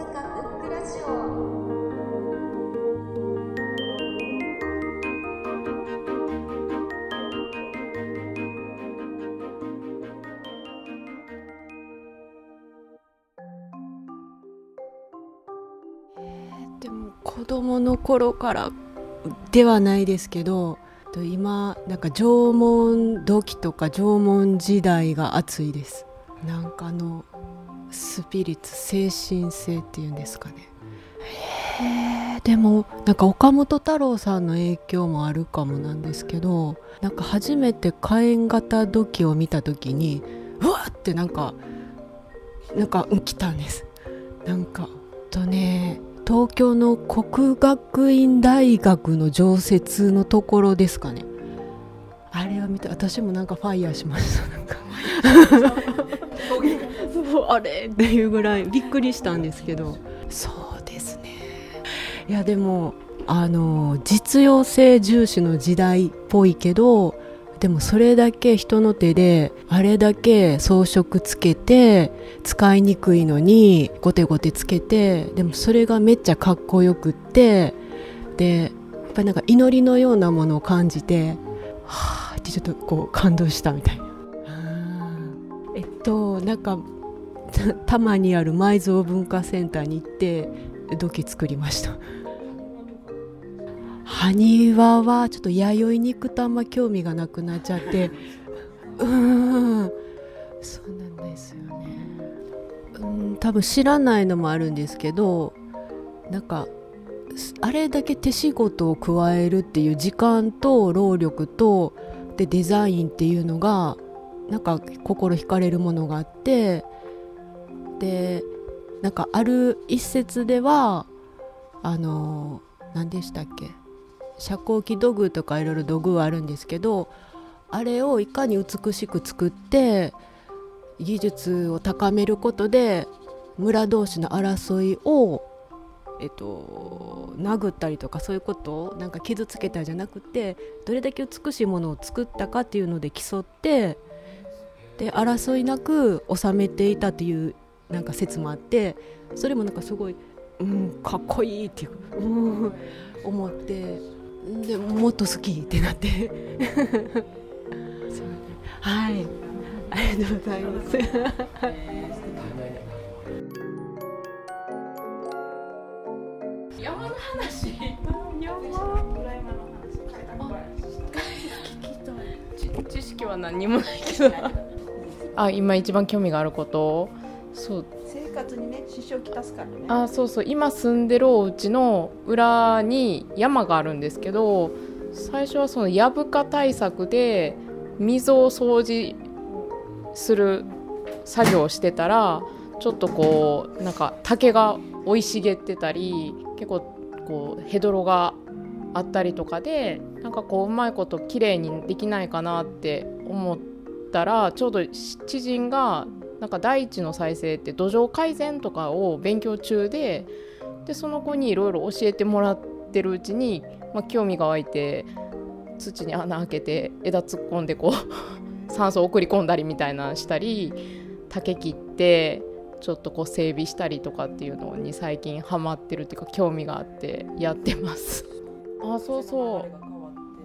塚ブックラジオ。 でも子供の頃からではないですけど、今なんか縄文土器とか縄文時代が熱いです。なんかスピリッツ、精神性っていうんですかね。でもなんか岡本太郎さんの影響もあるかもなんですけど、なんか初めて火炎型土器を見た時にうわってなんか来たんです。なんか東京の国学院大学の常設のところですかね。あれを見て私もなんかファイヤーしました。なんかあれっていうぐらいびっくりしたんですけど。そうですね。いやでも実用性重視の時代っぽいけど、でもそれだけ人の手であれだけ装飾つけて使いにくいのにゴテゴテつけて、でもそれがめっちゃかっこよくって、でやっぱりなんか祈りのようなものを感じて、はぁってちょっとこう感動したみたいな。なんかたまにある埋蔵文化センターに行って土器作りました。埴輪はちょっと弥生に行くとあんま興味がなくなっちゃってそうなんですよね。多分知らないのもあるんですけど、なんかあれだけ手仕事を加えるっていう時間と労力とでデザインっていうのがなんか心惹かれるものがあって、でなんかある一節では何でしたっけ、遮光器土偶とかいろいろ土偶はあるんですけど、あれをいかに美しく作って技術を高めることで村同士の争いを殴ったりとかそういうことをなんか傷つけたりじゃなくて、どれだけ美しいものを作ったかっていうので競って、で争いなく収めていたっていうなんか説もあって、それもなんかすごい、かっこいいっていう、思って、でもっと好きってなってはい、ありがとうございます山の話、知識は何にもないけど今一番興味があること、そう生活にね支障をきたすからね。 そう今住んでるお家の裏に山があるんですけど、最初はそのやぶか対策で溝を掃除する作業をしてたら、ちょっとこうなんか竹が生い茂ってたり、結構こうヘドロがあったりとかで、なんかこううまいこと綺麗にできないかなって思ったら、ちょうど知人がなんか大地の再生って土壌改善とかを勉強中で、その子にいろいろ教えてもらってるうちに、興味が湧いて土に穴開けて枝突っ込んでこう酸素を送り込んだりみたいなしたり、竹切ってちょっとこう整備したりとかっていうのに最近ハマってるっていうか興味があってやってますそうそう、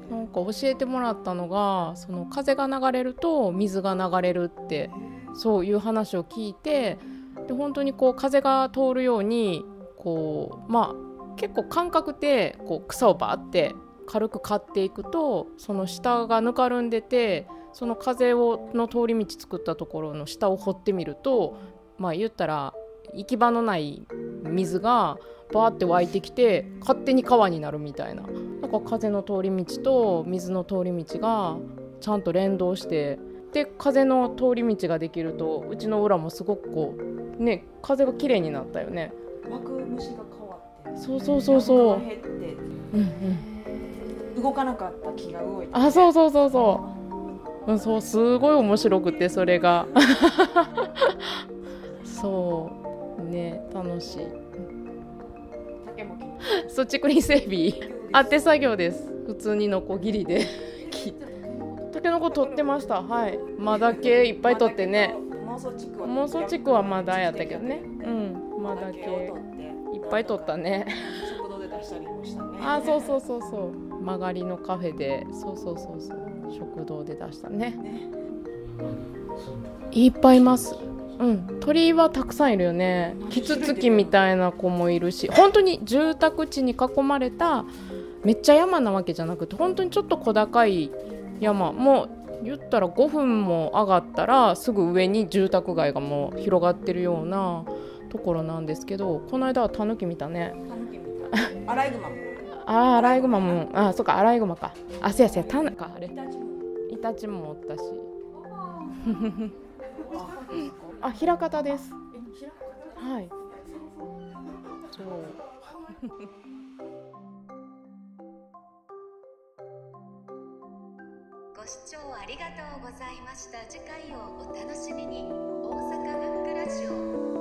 なんか教えてもらったのが、その風が流れると水が流れるってそういう話を聞いて、で本当にこう風が通るようにこう、結構感覚でこう草をバーって軽く刈っていくと、その下がぬかるんでて、その風の通り道作ったところの下を掘ってみると、言ったら行き場のない水がバーって湧いてきて勝手に川になるみたいな、なんか風の通り道と水の通り道がちゃんと連動して、で風の通り道ができるとうちの裏もすごくこうね、風がきれいになったよね。 湧く虫が変わって、 そう、 山が減って、動かなかった木が動いて、 そうすごい面白くて、それがそうね、楽しい。 竹もそう、竹林整備手作業です。普通にノコギリでタケノコ取ってました。はい、マダケいっぱい取ってね。 妄想地区は妄想地区はまだやったけどね。うん、まだ系を取っていっぱい取ったね。 食堂で出したりもしたね。 あ、そうそうそうそう。曲がりのカフェで、そうそうそうそう。食堂で出したね。いっぱいいます。うん、鳥はたくさんいるよね。キツツキみたいな子もいるし、本当に住宅地に囲まれためっちゃ山なわけじゃなくて、本当にちょっと小高い山、もう言ったら5分も上がったらすぐ上に住宅街がもう広がってるようなところなんですけど、この間はタヌキ見たね。 タヌキ見た。アライグマも。 アライグマも、そっか、アライグマか。せやせや、タヌか、あれ。イタチもおったし。枚方です。はい。そう。 ご視聴ありがとうございました。次回をお楽しみに。大阪ブックラジオ。